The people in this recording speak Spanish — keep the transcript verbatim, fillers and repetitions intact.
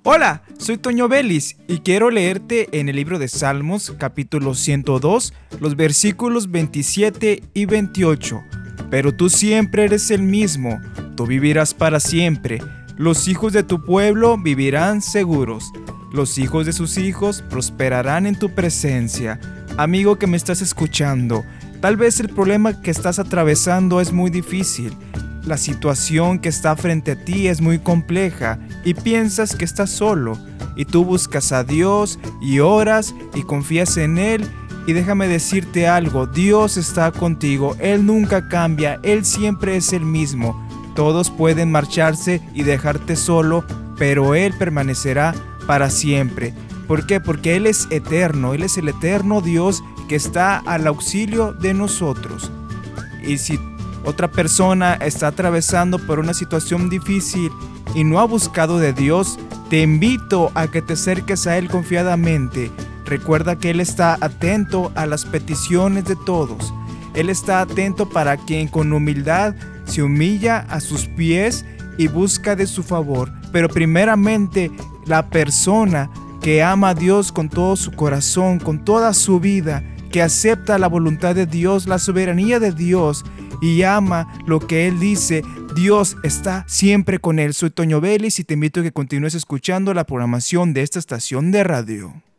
Hola, soy Toño Vélez y quiero leerte en el libro de Salmos, capítulo ciento dos, los versículos veintisiete y veintiocho. Pero tú siempre eres el mismo, tú vivirás para siempre. Los hijos de tu pueblo vivirán seguros. Los hijos de sus hijos prosperarán en tu presencia. Amigo que me estás escuchando, tal vez el problema que estás atravesando es muy difícil. La situación que está frente a ti es muy compleja y piensas que estás solo. Y tú buscas a Dios y oras y confías en Él. Y déjame decirte algo, Dios está contigo, Él nunca cambia, Él siempre es el mismo. Todos pueden marcharse y dejarte solo, pero Él permanecerá para siempre. ¿Por qué? Porque Él es eterno, Él es el eterno Dios que está al auxilio de nosotros. Y si otra persona está atravesando por una situación difícil y no ha buscado de Dios, te invito a que te acerques a Él confiadamente. Recuerda que Él está atento a las peticiones de todos. Él está atento para quien con humildad se humilla a sus pies y busca de su favor. Pero primeramente, la persona que ama a Dios con todo su corazón, con toda su vida, que acepta la voluntad de Dios, la soberanía de Dios y ama lo que Él dice, Dios está siempre con Él. Soy Toño Vélez y te invito a que continúes escuchando la programación de esta estación de radio.